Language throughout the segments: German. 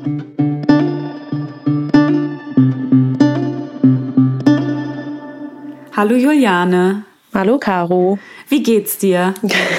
Hallo Juliane. Hallo Caro. Wie geht's dir?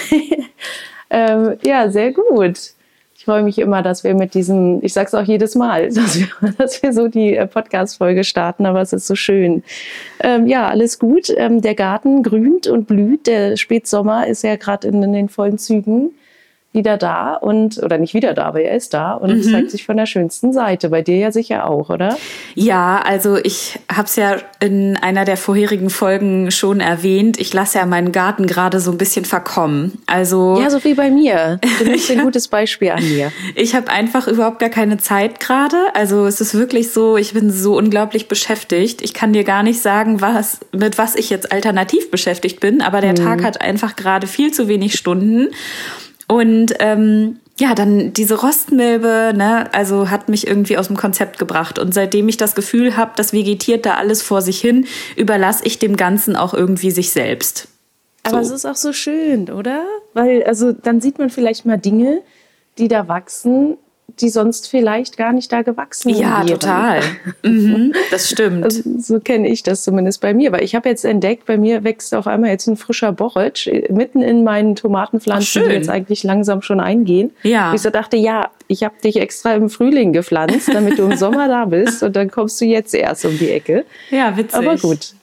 Ja, sehr gut. Ich freue mich immer, dass wir mit diesem, ich sage es auch jedes Mal, dass wir so die Podcast-Folge starten, aber es ist so schön. Ja, alles gut. Der Garten grünt und blüht. Der Spätsommer ist ja gerade in den vollen Zügen wieder da oder nicht wieder da, aber er ist da und zeigt sich von der schönsten Seite. Bei dir ja sicher auch, oder? Ja, also ich habe es ja in einer der vorherigen Folgen schon erwähnt. Ich lasse ja meinen Garten gerade so ein bisschen verkommen. Also ja, so wie bei mir. Du bist ein gutes Beispiel an mir. Ich habe einfach überhaupt gar keine Zeit gerade. Also es ist wirklich so, ich bin so unglaublich beschäftigt. Ich kann dir gar nicht sagen, mit was ich jetzt alternativ beschäftigt bin. Aber der Tag hat einfach gerade viel zu wenig Stunden. Und ja, dann diese Rostmilbe, ne, also hat mich irgendwie aus dem Konzept gebracht. Und seitdem ich das Gefühl habe, das vegetiert da alles vor sich hin, überlasse ich dem Ganzen auch irgendwie sich selbst. Aber es ist auch so schön, oder? Weil, also dann sieht man vielleicht mal Dinge, die da wachsen, die sonst vielleicht gar nicht da gewachsen wären. Ja, total. Das stimmt. Also, so kenne ich das zumindest bei mir. Weil ich habe jetzt entdeckt, bei mir wächst auf einmal jetzt ein frischer Borretsch mitten in meinen Tomatenpflanzen, die jetzt eigentlich langsam schon eingehen. Ja. Und ich so dachte, ja, ich habe dich extra im Frühling gepflanzt, damit du im Sommer da bist und dann kommst du jetzt erst um die Ecke. Ja, witzig. Aber gut.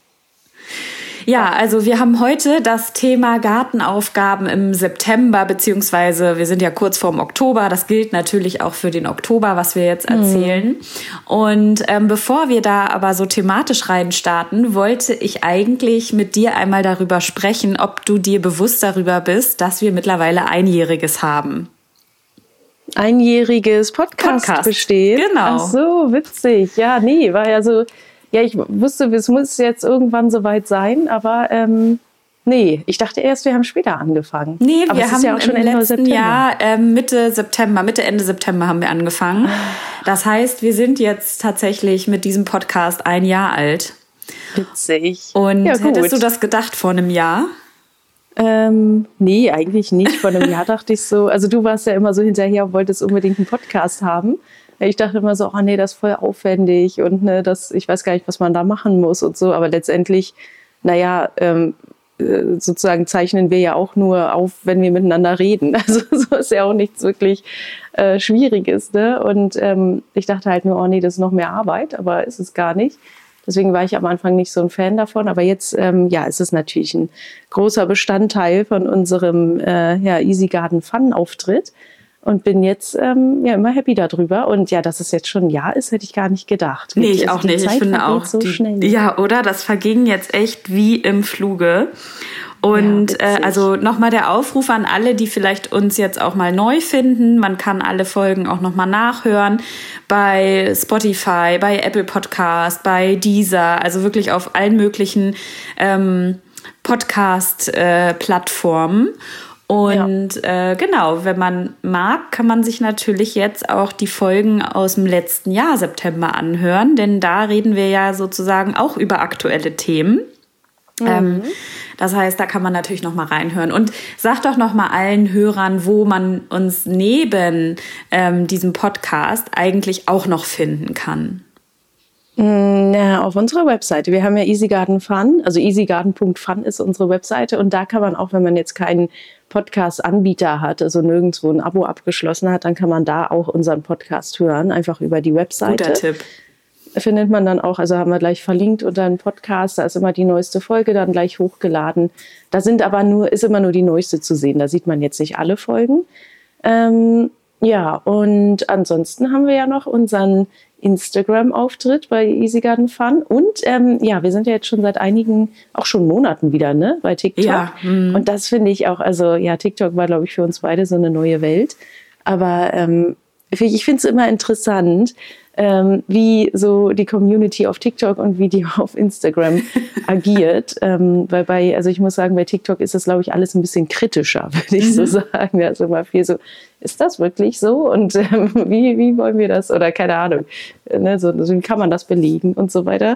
Ja, also wir haben heute das Thema Gartenaufgaben im September, beziehungsweise wir sind ja kurz vorm Oktober. Das gilt natürlich auch für den Oktober, was wir jetzt erzählen. Und bevor wir da aber so thematisch reinstarten, wollte ich eigentlich mit dir einmal darüber sprechen, ob du dir bewusst darüber bist, dass wir mittlerweile Einjähriges haben. Einjähriges Podcast besteht. Genau. Ach so, witzig. Ja, nee, war ja so... Ja, ich wusste, es muss jetzt irgendwann soweit sein, aber nee, ich dachte erst, wir haben später angefangen. Nee, aber wir haben ja auch schon im Ende letzten September. Jahr Mitte, Ende September haben wir angefangen. Das heißt, wir sind jetzt tatsächlich mit diesem Podcast 1 Jahr alt. Witzig. Und ja, hättest du das gedacht vor einem Jahr? Nee, eigentlich nicht. Vor einem Jahr dachte ich so, also du warst ja immer so hinterher und wolltest unbedingt einen Podcast haben. Ich dachte immer so, oh nee, das ist voll aufwendig und ne, ich weiß gar nicht, was man da machen muss und so. Aber letztendlich, naja, sozusagen zeichnen wir ja auch nur auf, wenn wir miteinander reden. Also so ist ja auch nichts wirklich Schwieriges. Ne? Und ich dachte halt nur, oh nee, das ist noch mehr Arbeit, aber ist es gar nicht. Deswegen war ich am Anfang nicht so ein Fan davon. Aber jetzt, ja, ist es natürlich ein großer Bestandteil von unserem Easy Garden Fun Auftritt. Und bin jetzt ja immer happy darüber. Und ja, dass es jetzt schon ein Jahr ist, hätte ich gar nicht gedacht. Nee, ich auch nicht. Ich finde auch. So schnell. Ja, oder? Das verging jetzt echt wie im Fluge. Und ja, also nochmal der Aufruf an alle, die vielleicht uns jetzt auch mal neu finden. Man kann alle Folgen auch nochmal nachhören bei Spotify, bei Apple Podcast, bei Deezer. Also wirklich auf allen möglichen Podcast-Plattformen. Und genau, wenn man mag, kann man sich natürlich jetzt auch die Folgen aus dem letzten Jahr September anhören, denn da reden wir ja sozusagen auch über aktuelle Themen. Das heißt, da kann man natürlich noch mal reinhören. Und sag doch noch mal allen Hörern, wo man uns neben diesem Podcast eigentlich auch noch finden kann. Na, auf unserer Webseite. Wir haben ja Easy Garden Fun, also easygarden.fun ist unsere Webseite. Und da kann man auch, wenn man jetzt keinen Podcast-Anbieter hat, also nirgendwo ein Abo abgeschlossen hat, dann kann man da auch unseren Podcast hören, einfach über die Webseite. Guter Tipp. Findet man dann auch, also haben wir gleich verlinkt unter einen Podcast, da ist immer die neueste Folge dann gleich hochgeladen. Da ist immer nur die neueste zu sehen, da sieht man jetzt nicht alle Folgen. Ja, und ansonsten haben wir ja noch unseren Instagram-Auftritt bei Easy Garden Fun. Und ja, wir sind ja jetzt schon seit einigen, auch schon Monaten wieder, ne, bei TikTok. Ja. Und das finde ich auch, also ja, TikTok war, glaube ich, für uns beide so eine neue Welt. Aber ich finde es immer interessant, wie so die Community auf TikTok und wie die auf Instagram agiert. Weil also ich muss sagen, bei TikTok ist das, glaube ich, alles ein bisschen kritischer, würde ich so sagen. Also immer viel so, ist das wirklich so? Und wie wollen wir das? Oder keine Ahnung, ne, so wie kann man das belegen und so weiter.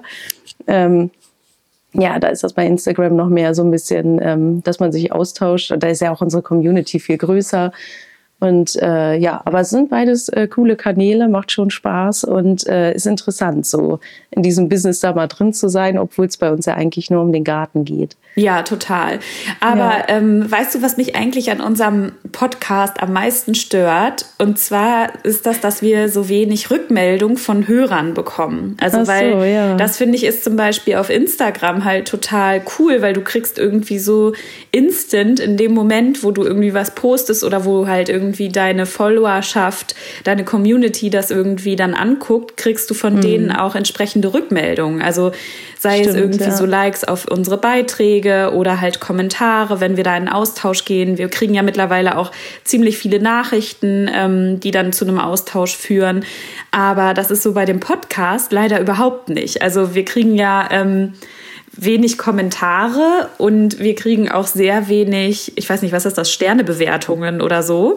Ja, da ist das bei Instagram noch mehr so ein bisschen, dass man sich austauscht. Und da ist ja auch unsere Community viel größer. Und aber es sind beides coole Kanäle, macht schon Spaß und ist interessant, so in diesem Business da mal drin zu sein, obwohl es bei uns ja eigentlich nur um den Garten geht. Ja, total. Aber weißt du, was mich eigentlich an unserem Podcast am meisten stört? Und zwar ist das, dass wir so wenig Rückmeldung von Hörern bekommen. Also das finde ich ist zum Beispiel auf Instagram halt total cool, weil du kriegst irgendwie so instant in dem Moment, wo du irgendwie was postest oder wo halt irgendwie deine Followerschaft, deine Community das irgendwie dann anguckt, kriegst du von denen auch entsprechende Rückmeldungen. Also sei es irgendwie so Likes auf unsere Beiträge oder halt Kommentare, wenn wir da in Austausch gehen. Wir kriegen ja mittlerweile auch ziemlich viele Nachrichten, die dann zu einem Austausch führen. Aber das ist so bei dem Podcast leider überhaupt nicht. Also wir kriegen ja wenig Kommentare und wir kriegen auch sehr wenig, ich weiß nicht, was ist das, Sternebewertungen oder so.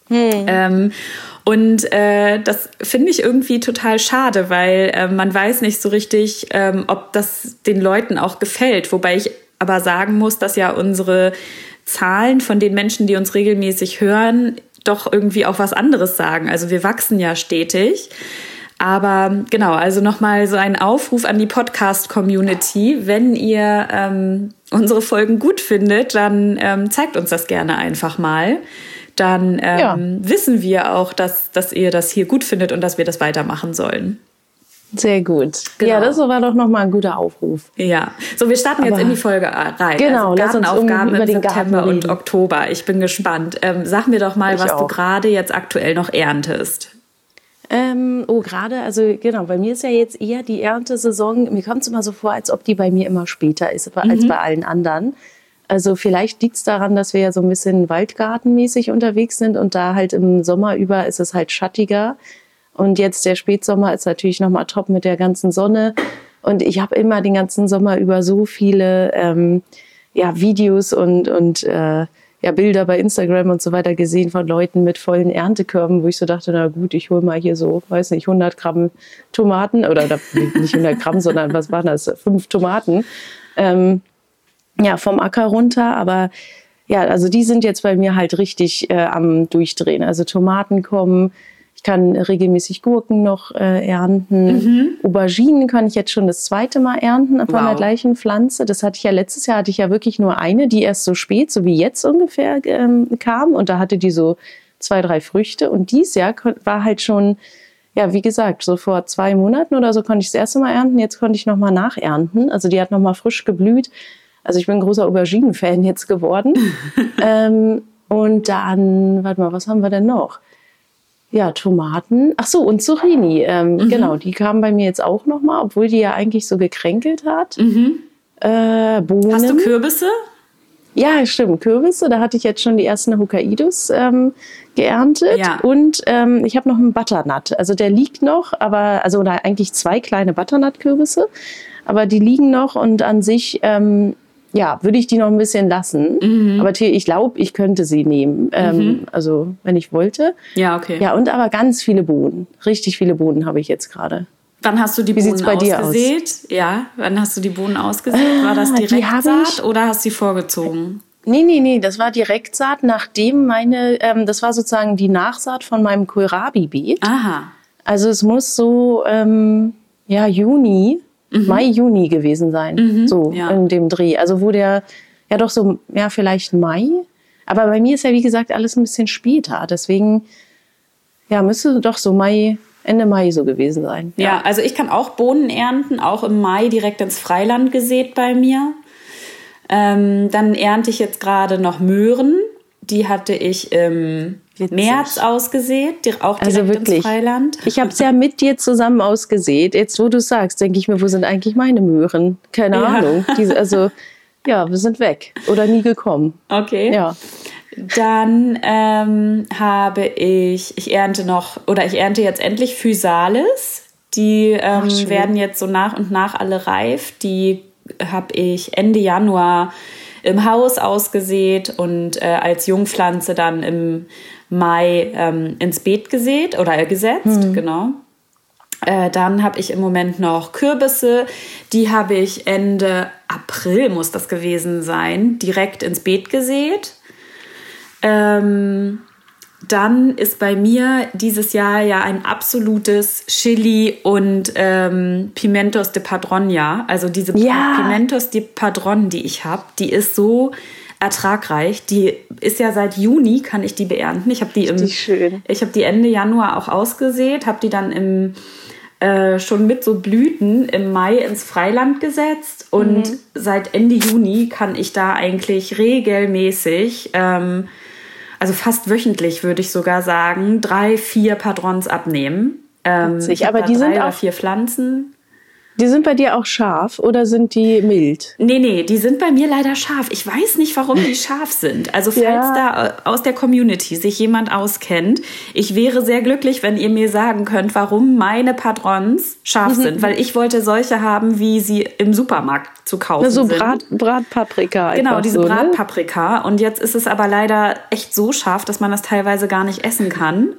Und das finde ich irgendwie total schade, weil man weiß nicht so richtig, ob das den Leuten auch gefällt. Wobei ich aber sagen muss, dass ja unsere Zahlen von den Menschen, die uns regelmäßig hören, doch irgendwie auch was anderes sagen. Also wir wachsen ja stetig. Aber genau, also nochmal so ein Aufruf an die Podcast-Community. Wenn ihr unsere Folgen gut findet, dann zeigt uns das gerne einfach mal. Dann wissen wir auch, dass ihr das hier gut findet und dass wir das weitermachen sollen. Sehr gut. Genau. Ja, das war doch nochmal ein guter Aufruf. Ja, so wir starten jetzt in die Folge rein. Genau, also Gartenaufgaben über im den September Garten und Oktober. Ich bin gespannt. Sag mir doch mal, was du gerade jetzt aktuell noch erntest. Gerade, also genau, bei mir ist ja jetzt eher die Erntesaison. Mir kommt es immer so vor, als ob die bei mir immer später ist als bei allen anderen. Also vielleicht liegt es daran, dass wir ja so ein bisschen waldgartenmäßig unterwegs sind und da halt im Sommer über ist es halt schattiger. Und jetzt der Spätsommer ist natürlich nochmal top mit der ganzen Sonne. Und ich habe immer den ganzen Sommer über so viele Videos und Bilder bei Instagram und so weiter gesehen von Leuten mit vollen Erntekörben, wo ich so dachte, na gut, ich hole mal hier so, weiß nicht, 100 Gramm Tomaten oder nicht 100 Gramm, sondern was waren das, 5 Tomaten vom Acker runter. Aber ja, also die sind jetzt bei mir halt richtig am Durchdrehen. Also Tomaten kommen, ich kann regelmäßig Gurken noch ernten. Auberginen kann ich jetzt schon das 2. Mal ernten von der gleichen Pflanze. Das hatte ich ja letztes Jahr, hatte ich ja wirklich nur eine, die erst so spät, so wie jetzt ungefähr kam. Und da hatte die so 2, 3 Früchte. Und dieses Jahr war halt schon, ja, wie gesagt, so vor 2 Monaten oder so konnte ich das erste Mal ernten. Jetzt konnte ich noch mal nachernten. Also die hat noch mal frisch geblüht. Also ich bin ein großer Auberginen-Fan jetzt geworden. Und dann, warte mal, was haben wir denn noch? Ja, Tomaten. Ach so, und Zucchini. Genau, die kamen bei mir jetzt auch noch mal, obwohl die ja eigentlich so gekränkelt hat. Bohnen. Hast du Kürbisse? Ja, stimmt, Kürbisse. Da hatte ich jetzt schon die ersten Hokkaidos geerntet. Ja. Und ich habe noch einen Butternut. Also der liegt noch, oder eigentlich 2 kleine Butternut-Kürbisse. Aber die liegen noch und an sich würde ich die noch ein bisschen lassen. Aber ich glaube, ich könnte sie nehmen. Also, wenn ich wollte. Ja, okay. Ja, und aber ganz viele Bohnen. Richtig viele Bohnen habe ich jetzt gerade. Wann hast du die Bohnen ausgesät? Ja, wann hast du die Bohnen ausgesät? War das Direktsaat oder hast du sie vorgezogen? Nee, das war Direktsaat, nachdem das war sozusagen die Nachsaat von meinem Kohlrabi-Beet. Aha. Also es muss so, Juni, Mai, Juni gewesen sein, in dem Dreh. Also wo vielleicht Mai. Aber bei mir ist ja, wie gesagt, alles ein bisschen später. Deswegen, müsste doch so Ende Mai so gewesen sein. Ja, also ich kann auch Bohnen ernten, auch im Mai direkt ins Freiland gesät bei mir. Dann ernte ich jetzt gerade noch Möhren. Die hatte ich im März ausgesät, auch direkt ins Freiland. Ich habe es ja mit dir zusammen ausgesät. Jetzt, wo du sagst, denke ich mir, wo sind eigentlich meine Möhren? Keine Ahnung. Wir sind weg oder nie gekommen. Okay. Ja. Dann ich ernte jetzt endlich Physalis. Die werden jetzt so nach und nach alle reif. Die habe ich Ende Januar im Haus ausgesät und als Jungpflanze dann im Mai ins Beet gesät oder gesetzt, genau. Dann habe ich im Moment noch Kürbisse. Die habe ich Ende April, muss das gewesen sein, direkt ins Beet gesät. Dann dann ist bei mir dieses Jahr ja ein absolutes Chili und Pimientos de Padrón. Also diese Pimientos de Padrón, die ich habe, die ist so ertragreich. Die ist ja seit Juni, kann ich die beernten. Ich habe die Ende Januar auch ausgesät, habe die dann schon mit so Blüten im Mai ins Freiland gesetzt und seit Ende Juni kann ich da eigentlich regelmäßig, also fast wöchentlich würde ich sogar sagen, 3-4 Padrons abnehmen. Aber die sind 3 oder 4 Pflanzen. Die sind bei dir auch scharf oder sind die mild? Nee, die sind bei mir leider scharf. Ich weiß nicht, warum die scharf sind. Also falls da aus der Community sich jemand auskennt, ich wäre sehr glücklich, wenn ihr mir sagen könnt, warum meine Padrons scharf sind. Weil ich wollte solche haben, wie sie im Supermarkt zu kaufen sind. Bratpaprika. Genau, diese Bratpaprika. Und jetzt ist es aber leider echt so scharf, dass man das teilweise gar nicht essen kann.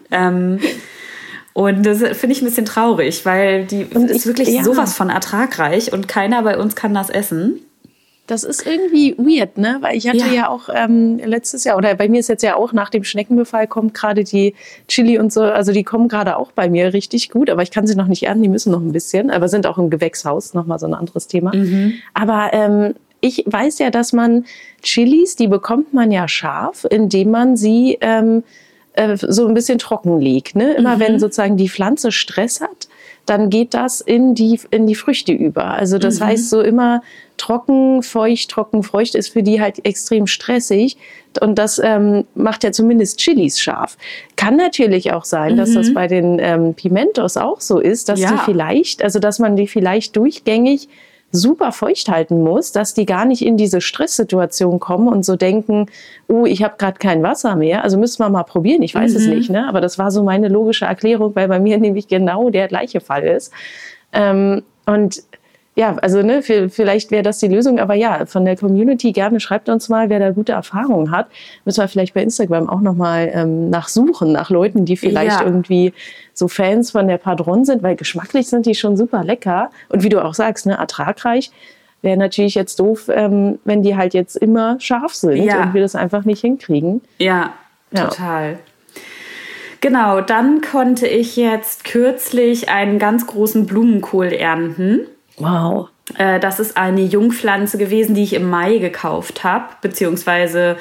Und das finde ich ein bisschen traurig, weil die ist wirklich sowas von ertragreich und keiner bei uns kann das essen. Das ist irgendwie weird, ne? Weil ich hatte ja auch letztes Jahr, oder bei mir ist jetzt ja auch nach dem Schneckenbefall kommt gerade die Chili und so, also die kommen gerade auch bei mir richtig gut, aber ich kann sie noch nicht ernten, die müssen noch ein bisschen, aber sind auch im Gewächshaus, nochmal so ein anderes Thema. Aber ich weiß ja, dass man Chilis, die bekommt man ja scharf, indem man sie so ein bisschen trocken liegt. Ne? Immer wenn sozusagen die Pflanze Stress hat, dann geht das in die Früchte über. Also das heißt so immer trocken, feucht ist für die halt extrem stressig. Und das macht ja zumindest Chilis scharf. Kann natürlich auch sein, dass das bei den Pimientos auch so ist, dass dass man die vielleicht durchgängig super feucht halten muss, dass die gar nicht in diese Stresssituation kommen und so denken, oh, ich habe gerade kein Wasser mehr, also müssen wir mal probieren, ich weiß es nicht, ne? Aber das war so meine logische Erklärung, weil bei mir nämlich genau der gleiche Fall ist. Und ja, also ne, vielleicht wäre das die Lösung, aber ja, von der Community gerne schreibt uns mal, wer da gute Erfahrungen hat. Müssen wir vielleicht bei Instagram auch nochmal nachsuchen, nach Leuten, die vielleicht irgendwie so Fans von der Padrón sind, weil geschmacklich sind die schon super lecker. Und wie du auch sagst, ne, ertragreich. Wäre natürlich jetzt doof, wenn die halt jetzt immer scharf sind und wir das einfach nicht hinkriegen. Ja, total. Genau, dann konnte ich jetzt kürzlich einen ganz großen Blumenkohl ernten. Wow. Das ist eine Jungpflanze gewesen, die ich im Mai gekauft habe, beziehungsweise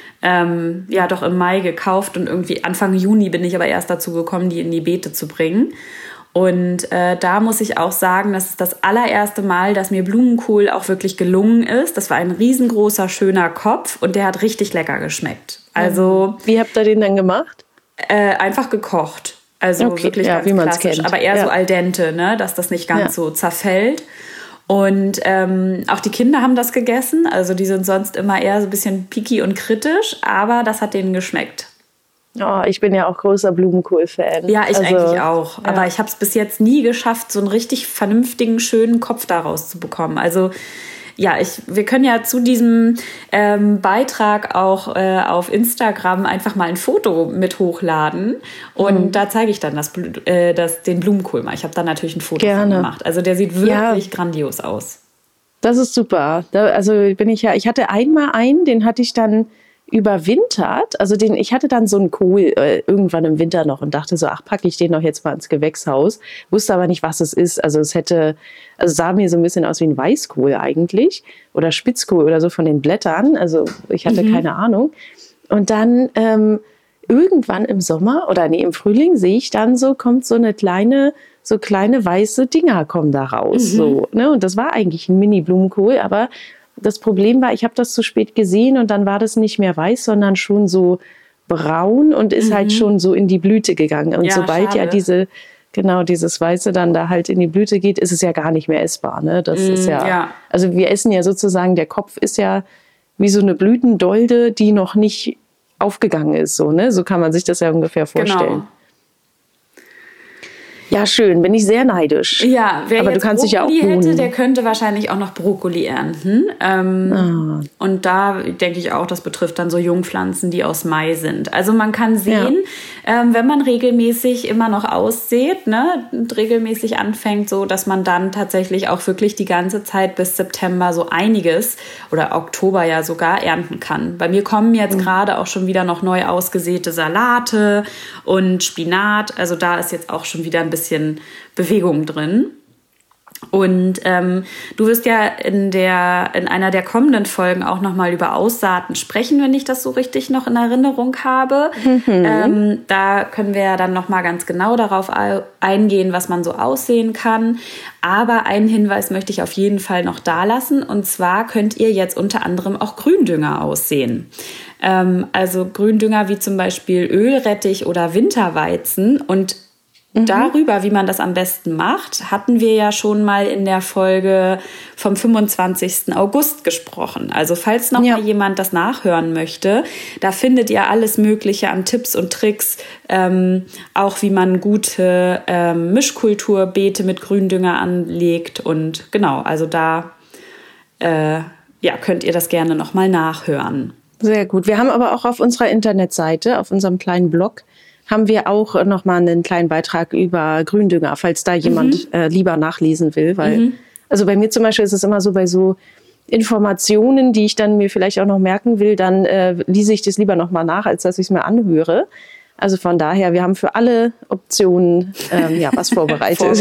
im Mai gekauft und irgendwie Anfang Juni bin ich aber erst dazu gekommen, die in die Beete zu bringen. Und da muss ich auch sagen, das ist das allererste Mal, dass mir Blumenkohl auch wirklich gelungen ist. Das war ein riesengroßer, schöner Kopf und der hat richtig lecker geschmeckt. Also wie habt ihr den dann gemacht? Einfach gekocht. Also wirklich ganz wie man's klassisch, kennt. aber eher so al dente, ne? Dass das nicht ganz so zerfällt. Und auch die Kinder haben das gegessen. Also die sind sonst immer eher so ein bisschen picky und kritisch, aber das hat denen geschmeckt. Oh, ich bin ja auch großer Blumenkohl-Fan. Ja, ich eigentlich auch. Ja. Aber ich habe es bis jetzt nie geschafft, so einen richtig vernünftigen, schönen Kopf daraus zu bekommen. Also ja, wir können ja zu diesem Beitrag auch auf Instagram einfach mal ein Foto mit hochladen und da zeige ich dann den Blumenkohl mal. Ich habe da natürlich ein Foto von gemacht. Also der sieht wirklich grandios aus. Das ist super. Ich hatte einmal einen, den hatte ich dann überwintert. Also ich hatte dann so einen Kohl irgendwann im Winter noch und dachte so, packe ich den doch jetzt mal ins Gewächshaus. Wusste aber nicht, was es ist. Also sah mir so ein bisschen aus wie ein Weißkohl eigentlich oder Spitzkohl oder so von den Blättern. Also ich hatte keine Ahnung. Und dann irgendwann im Sommer im Frühling sehe ich dann kommt so kleine weiße Dinger kommen da raus. So, ne? Und das war eigentlich ein Mini-Blumenkohl, aber das Problem war, ich habe das zu spät gesehen und dann war das nicht mehr weiß, sondern schon so braun und ist halt schon so in die Blüte gegangen. Und sobald dieses Weiße dann da halt in die Blüte geht, ist es ja gar nicht mehr essbar. Ne? Das ist also wir essen ja sozusagen, der Kopf ist ja wie so eine Blütendolde, die noch nicht aufgegangen ist. So, ne? So kann man sich das ja ungefähr vorstellen. Genau. Ja, schön, bin ich sehr neidisch. Ja, wer aber jetzt du kannst dich ja auch hätte, der könnte wahrscheinlich auch noch Brokkoli ernten. Und da denke ich auch, das betrifft dann so Jungpflanzen, die aus Mai sind. Also man kann sehen, wenn man regelmäßig immer noch aussät, ne, und regelmäßig anfängt, so dass man dann tatsächlich auch wirklich die ganze Zeit bis September so einiges oder Oktober ja sogar ernten kann. Bei mir kommen jetzt gerade auch schon wieder noch neu ausgesäte Salate und Spinat. Also da ist jetzt auch schon wieder ein bisschen Bewegung drin. Und du wirst ja in einer der kommenden Folgen auch nochmal über Aussaaten sprechen, wenn ich das so richtig noch in Erinnerung habe. Da können wir ja dann nochmal ganz genau darauf eingehen, was man so aussehen kann. Aber einen Hinweis möchte ich auf jeden Fall noch da lassen. Und zwar könnt ihr jetzt unter anderem auch Gründünger aussehen. Also Gründünger wie zum Beispiel Ölrettich oder Winterweizen. Und darüber, wie man das am besten macht, hatten wir ja schon mal in der Folge vom 25. August gesprochen. Also falls noch mal jemand das nachhören möchte, da findet ihr alles Mögliche an Tipps und Tricks, auch wie man gute Mischkulturbeete mit Gründünger anlegt. Und genau, also da könnt ihr das gerne noch mal nachhören. Sehr gut. Wir haben aber auch auf unserer Internetseite, auf unserem kleinen Blog, haben wir auch nochmal einen kleinen Beitrag über Gründünger, falls da jemand lieber nachlesen will. Weil, also bei mir zum Beispiel ist es immer so, bei so Informationen, die ich dann mir vielleicht auch noch merken will, dann lese ich das lieber nochmal nach, als dass ich es mir anhöre. Also von daher, wir haben für alle Optionen was vorbereitet.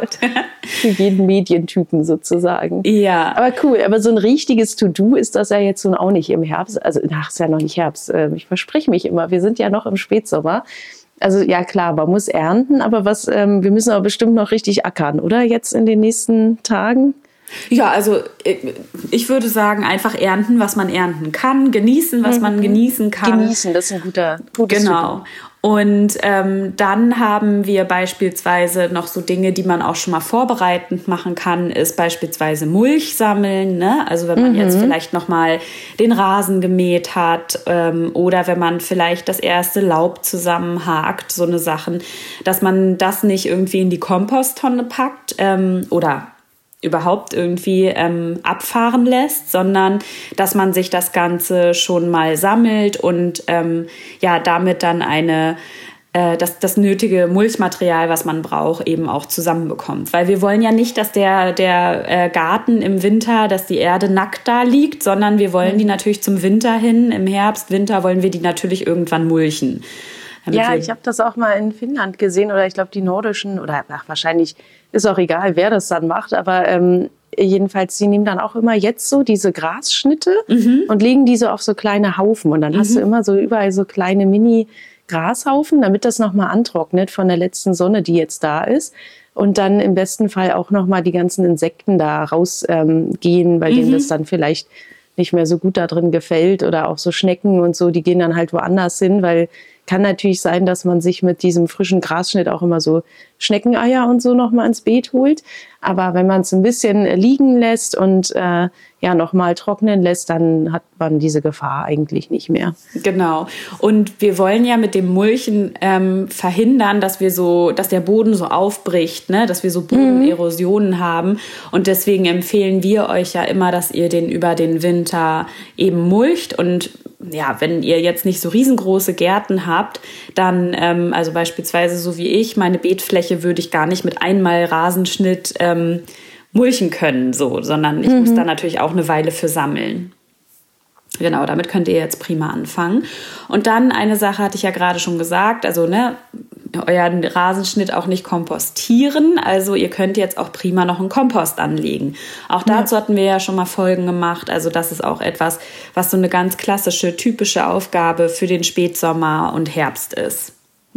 Für jeden Medientypen sozusagen. Ja. Aber cool, aber so ein richtiges To-Do ist das ja jetzt nun auch nicht im Herbst. Also, ist ja noch nicht Herbst. Ich verspreche mich immer, wir sind ja noch im Spätsommer. Also ja klar, man muss ernten, aber wir müssen aber bestimmt noch richtig ackern, oder? Jetzt in den nächsten Tagen? Ja, also ich würde sagen, einfach ernten, was man ernten kann, genießen, was man genießen kann. Genießen, das ist ein gutes Genau. Typen. Und dann haben wir beispielsweise noch so Dinge, die man auch schon mal vorbereitend machen kann, ist beispielsweise Mulch sammeln, ne? Also wenn man jetzt vielleicht noch mal den Rasen gemäht hat oder wenn man vielleicht das erste Laub zusammenhakt, so eine Sachen, dass man das nicht irgendwie in die Komposttonne packt oder überhaupt irgendwie abfahren lässt, sondern dass man sich das Ganze schon mal sammelt und damit dann das nötige Mulchmaterial, was man braucht, eben auch zusammenbekommt. Weil wir wollen ja nicht, dass der Garten im Winter, dass die Erde nackt da liegt, sondern wir wollen die natürlich zum Winter hin, im Herbst, Winter wollen wir die natürlich irgendwann mulchen. Ja, ich habe das auch mal in Finnland gesehen oder ich glaube die nordischen oder wahrscheinlich ist auch egal, wer das dann macht, aber jedenfalls, die nehmen dann auch immer jetzt so diese Grasschnitte und legen die so auf so kleine Haufen und dann hast du immer so überall so kleine Mini-Grashaufen, damit das nochmal antrocknet von der letzten Sonne, die jetzt da ist. Und dann im besten Fall auch nochmal die ganzen Insekten da rausgehen, bei denen das dann vielleicht nicht mehr so gut da drin gefällt oder auch so Schnecken und so, die gehen dann halt woanders hin, weil kann natürlich sein, dass man sich mit diesem frischen Grasschnitt auch immer so Schneckeneier und so nochmal ins Beet holt. Aber wenn man es ein bisschen liegen lässt und nochmal trocknen lässt, dann hat man diese Gefahr eigentlich nicht mehr. Genau. Und wir wollen ja mit dem Mulchen verhindern, dass der Boden so aufbricht, ne? Dass wir so Bodenerosionen haben. Und deswegen empfehlen wir euch ja immer, dass ihr den über den Winter eben mulcht. Und ja, wenn ihr jetzt nicht so riesengroße Gärten habt, dann, also beispielsweise so wie ich, meine Beetfläche würde ich gar nicht mit einmal Rasenschnitt mulchen können, sondern ich muss da natürlich auch eine Weile für sammeln. Genau, damit könnt ihr jetzt prima anfangen. Und dann eine Sache hatte ich ja gerade schon gesagt, also euren Rasenschnitt auch nicht kompostieren. Also ihr könnt jetzt auch prima noch einen Kompost anlegen. Auch dazu hatten wir ja schon mal Folgen gemacht. Also das ist auch etwas, was so eine ganz klassische, typische Aufgabe für den Spätsommer und Herbst ist.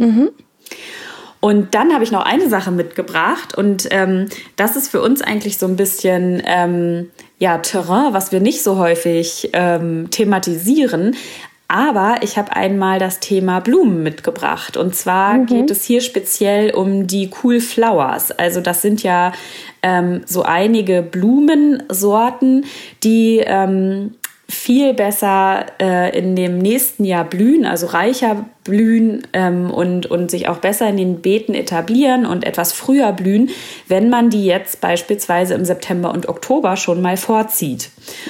Und dann habe ich noch eine Sache mitgebracht und das ist für uns eigentlich so ein bisschen Terrain, was wir nicht so häufig thematisieren. Aber ich habe einmal das Thema Blumen mitgebracht. Und zwar geht es hier speziell um die Cool Flowers. Also das sind ja so einige Blumensorten, die viel besser in dem nächsten Jahr blühen, also reicher blühen und sich auch besser in den Beeten etablieren und etwas früher blühen, wenn man die jetzt beispielsweise im September und Oktober schon mal vorzieht.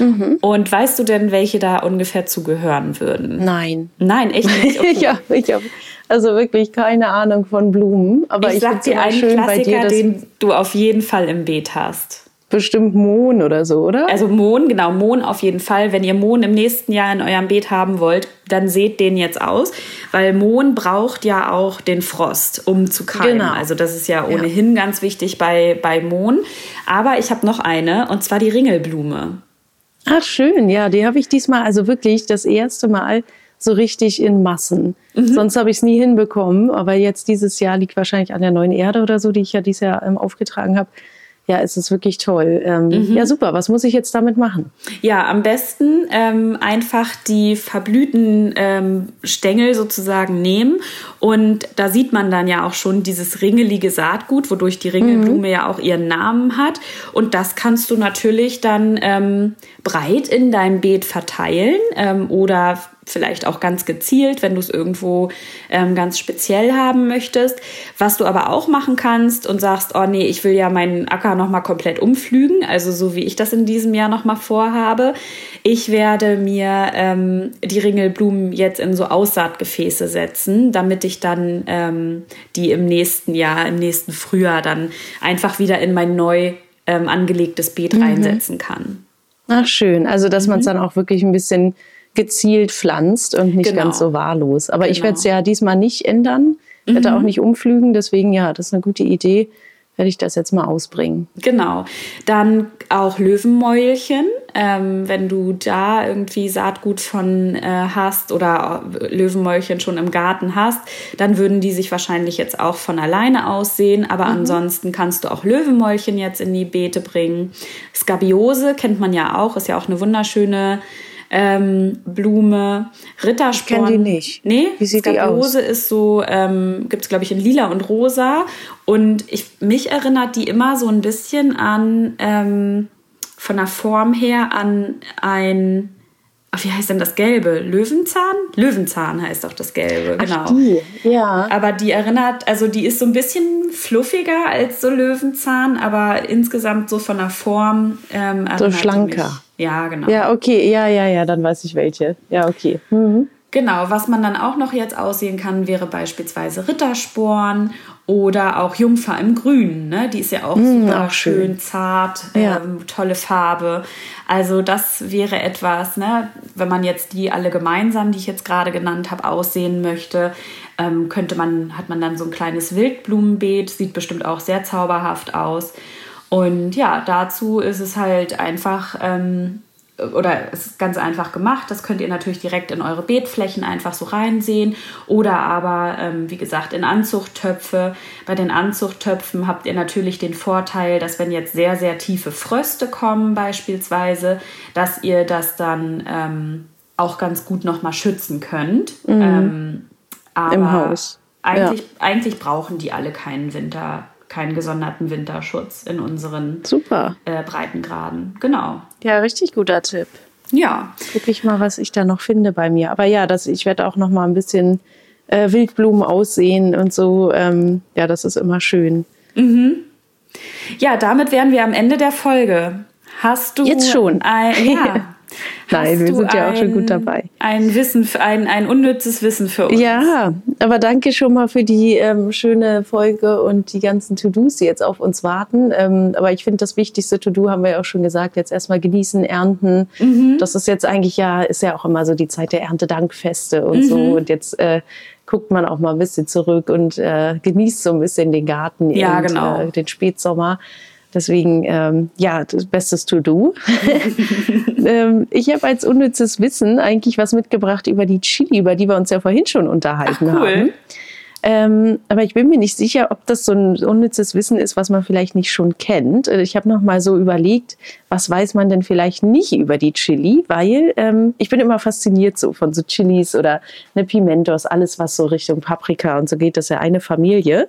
Und weißt du denn, welche da ungefähr zugehören würden? Nein. Nein, echt nicht? Okay. Ich hab also wirklich keine Ahnung von Blumen. Aber ich sag dir einen schön Klassiker, bei dir, den du auf jeden Fall im Beet hast. Bestimmt Mohn oder so, oder? Also Mohn, genau, Mohn auf jeden Fall. Wenn ihr Mohn im nächsten Jahr in eurem Beet haben wollt, dann seht den jetzt aus, weil Mohn braucht ja auch den Frost, um zu keimen. Genau. Also das ist ja ohnehin ganz wichtig bei Mohn. Aber ich habe noch eine, und zwar die Ringelblume. Ach schön, ja, die habe ich diesmal also wirklich das erste Mal so richtig in Massen. Sonst habe ich es nie hinbekommen, aber jetzt dieses Jahr liegt wahrscheinlich an der neuen Erde oder so, die ich ja dieses Jahr aufgetragen habe. Ja, es ist wirklich toll. Ja, super. Was muss ich jetzt damit machen? Ja, am besten einfach die verblühten Stängel sozusagen nehmen. Und da sieht man dann ja auch schon dieses ringelige Saatgut, wodurch die Ringelblume ja auch ihren Namen hat. Und das kannst du natürlich dann breit in deinem Beet verteilen oder vielleicht auch ganz gezielt, wenn du es irgendwo ganz speziell haben möchtest. Was du aber auch machen kannst und sagst, oh nee, ich will ja meinen Acker nochmal komplett umpflügen, also so wie ich das in diesem Jahr nochmal vorhabe. Ich werde mir die Ringelblumen jetzt in so Aussaatgefäße setzen, damit ich dann die im nächsten Jahr, im nächsten Frühjahr dann einfach wieder in mein neu angelegtes Beet reinsetzen kann. Ach schön, also dass man es dann auch wirklich ein bisschen gezielt pflanzt und nicht ganz so wahllos. Aber ich werde es ja diesmal nicht ändern, werde auch nicht umpflügen, deswegen ja, das ist eine gute Idee, werde ich das jetzt mal ausbringen. Genau, dann auch Löwenmäulchen, wenn du da irgendwie Saatgut von hast oder Löwenmäulchen schon im Garten hast, dann würden die sich wahrscheinlich jetzt auch von alleine aussehen, aber ansonsten kannst du auch Löwenmäulchen jetzt in die Beete bringen. Skabiose kennt man ja auch, ist ja auch eine wunderschöne Blume, Rittersporn. Ich kenne die nicht. Nee, wie sieht die aus? Skabiose ist so, gibt es glaube ich in lila und rosa und mich erinnert die immer so ein bisschen an, von der Form her an ein, wie heißt denn das Gelbe? Löwenzahn? Löwenzahn heißt doch das Gelbe, genau. Ach, die, ja. Aber die erinnert, also die ist so ein bisschen fluffiger als so Löwenzahn, aber insgesamt so von der Form so schlanker. Ja, genau. Ja, okay, ja, dann weiß ich welche. Ja, okay. Genau, was man dann auch noch jetzt aussehen kann, wäre beispielsweise Rittersporn oder auch Jungfer im Grün. Ne? Die ist ja auch super schön zart, tolle Farbe. Also das wäre etwas, ne? Wenn man jetzt die alle gemeinsam, die ich jetzt gerade genannt habe, aussehen möchte, hat man dann so ein kleines Wildblumenbeet, sieht bestimmt auch sehr zauberhaft aus. Und ja, dazu ist es halt einfach, oder es ist ganz einfach gemacht. Das könnt ihr natürlich direkt in eure Beetflächen einfach so reinsehen. Oder aber, wie gesagt, in Anzuchttöpfe. Bei den Anzuchttöpfen habt ihr natürlich den Vorteil, dass wenn jetzt sehr, sehr tiefe Fröste kommen beispielsweise, dass ihr das dann auch ganz gut nochmal schützen könnt. Aber im Haus. Eigentlich brauchen die alle keinen gesonderten Winterschutz in unseren Breitengraden. Genau. Ja, richtig guter Tipp. Ja. Guck ich mal, was ich da noch finde bei mir. Aber ja, ich werde auch noch mal ein bisschen Wildblumen aussehen und so. Ja, das ist immer schön. Ja, damit wären wir am Ende der Folge. Hast du jetzt schon? Nein, wir sind ja auch schon gut dabei. Ein unnützes Wissen für uns. Ja, aber danke schon mal für die schöne Folge und die ganzen To-Dos, die jetzt auf uns warten. Aber ich finde, das wichtigste To-Do haben wir ja auch schon gesagt, jetzt erstmal genießen, ernten. Das ist jetzt eigentlich ist ja auch immer so die Zeit der Erntedankfeste und so. Und jetzt guckt man auch mal ein bisschen zurück und genießt so ein bisschen den Garten und den Spätsommer. Deswegen, das bestes To-Do. Ich habe als unnützes Wissen eigentlich was mitgebracht über die Chili, über die wir uns ja vorhin schon unterhalten haben. Aber ich bin mir nicht sicher, ob das so ein unnützes Wissen ist, was man vielleicht nicht schon kennt. Ich habe noch mal so überlegt, was weiß man denn vielleicht nicht über die Chili, weil ich bin immer fasziniert so von so Chilis oder Pimentos, alles was so Richtung Paprika und so geht, das ist ja eine Familie.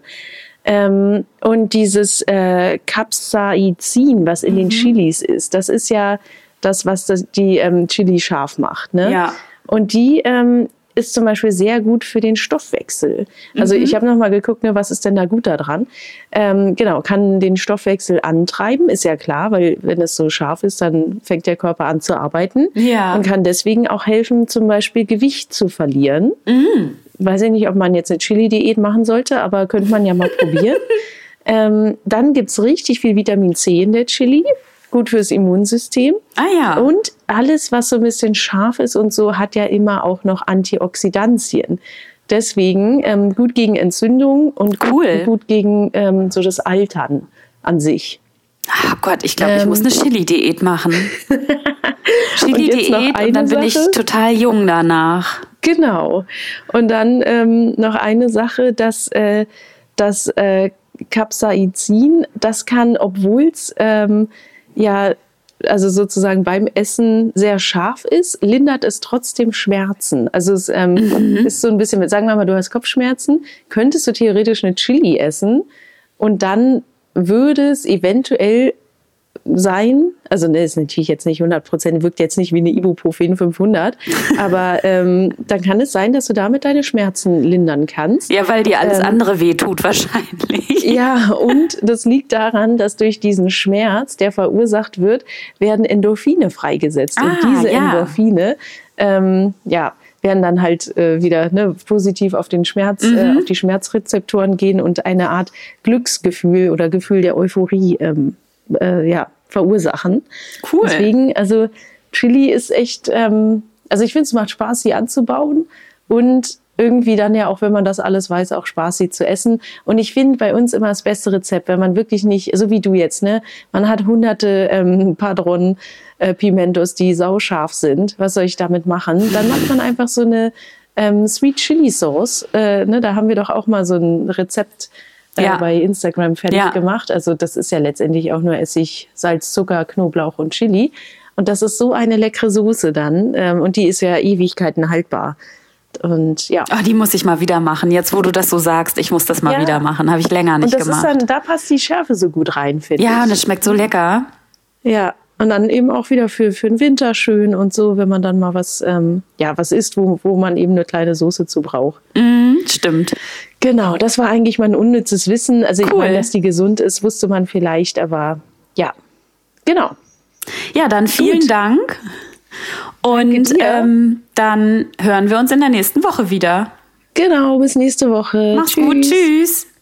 Und dieses Capsaicin, was in den Chilis ist, das was die Chili scharf macht. Ne? Ja. Und die ist zum Beispiel sehr gut für den Stoffwechsel. Also ich habe nochmal geguckt, ne, was ist denn da gut daran? Genau, kann den Stoffwechsel antreiben, ist ja klar, weil wenn es so scharf ist, dann fängt der Körper an zu arbeiten. Ja. Und kann deswegen auch helfen, zum Beispiel Gewicht zu verlieren. Weiß ich nicht, ob man jetzt eine Chili-Diät machen sollte, aber könnte man ja mal probieren. Dann gibt es richtig viel Vitamin C in der Chili. Gut fürs Immunsystem. Ah ja. Und alles, was so ein bisschen scharf ist und so, hat ja immer auch noch Antioxidantien. Deswegen gut gegen Entzündung und gut gegen so das Altern an sich. Oh Gott, ich glaube, ich muss eine Chili-Diät machen. Chili-Diät und dann bin ich total jung danach. Genau. Und dann noch eine Sache, dass das Capsaicin, das kann, obwohl es also sozusagen beim Essen sehr scharf ist, lindert es trotzdem Schmerzen. Also es ist so ein bisschen, sagen wir mal, du hast Kopfschmerzen, könntest du theoretisch eine Chili essen und dann würde es eventuell sein, also ne, ist natürlich jetzt nicht 100%, wirkt jetzt nicht wie eine Ibuprofen 500, aber dann kann es sein, dass du damit deine Schmerzen lindern kannst. Ja, weil dir alles andere wehtut wahrscheinlich. Ja, und das liegt daran, dass durch diesen Schmerz, der verursacht wird, werden Endorphine freigesetzt. Und diese Endorphine, werden dann halt wieder positiv auf den Schmerz, auf die Schmerzrezeptoren gehen und eine Art Glücksgefühl oder Gefühl der Euphorie verursachen. Cool. Deswegen, also Chili ist echt, also ich finde, es macht Spaß, sie anzubauen und irgendwie dann ja auch, wenn man das alles weiß, auch Spaß, sie zu essen. Und ich finde bei uns immer das beste Rezept, wenn man wirklich nicht, so wie du jetzt, ne, man hat hunderte Padron Pimentos, die sauscharf sind. Was soll ich damit machen? Dann macht man einfach so eine Sweet Chili Sauce. Da haben wir doch auch mal so ein Rezept bei Instagram fertig gemacht. Also das ist ja letztendlich auch nur Essig, Salz, Zucker, Knoblauch und Chili. Und das ist so eine leckere Soße dann. Und die ist ja Ewigkeiten haltbar. Und ja. Oh, die muss ich mal wieder machen. Jetzt, wo du das so sagst, ich muss das mal wieder machen. Habe ich länger nicht gemacht. Und da passt die Schärfe so gut rein, finde ich. Ja, und es schmeckt so lecker. Ja, und dann eben auch wieder für den Winter schön und so, wenn man dann mal was isst, wo man eben eine kleine Soße zu braucht. Stimmt. Genau, das war eigentlich mein unnützes Wissen. Also ich meine, dass die gesund ist, wusste man vielleicht, aber ja, genau. Ja, dann vielen Dank. Und dann hören wir uns in der nächsten Woche wieder. Genau, bis nächste Woche. Mach's gut, tschüss.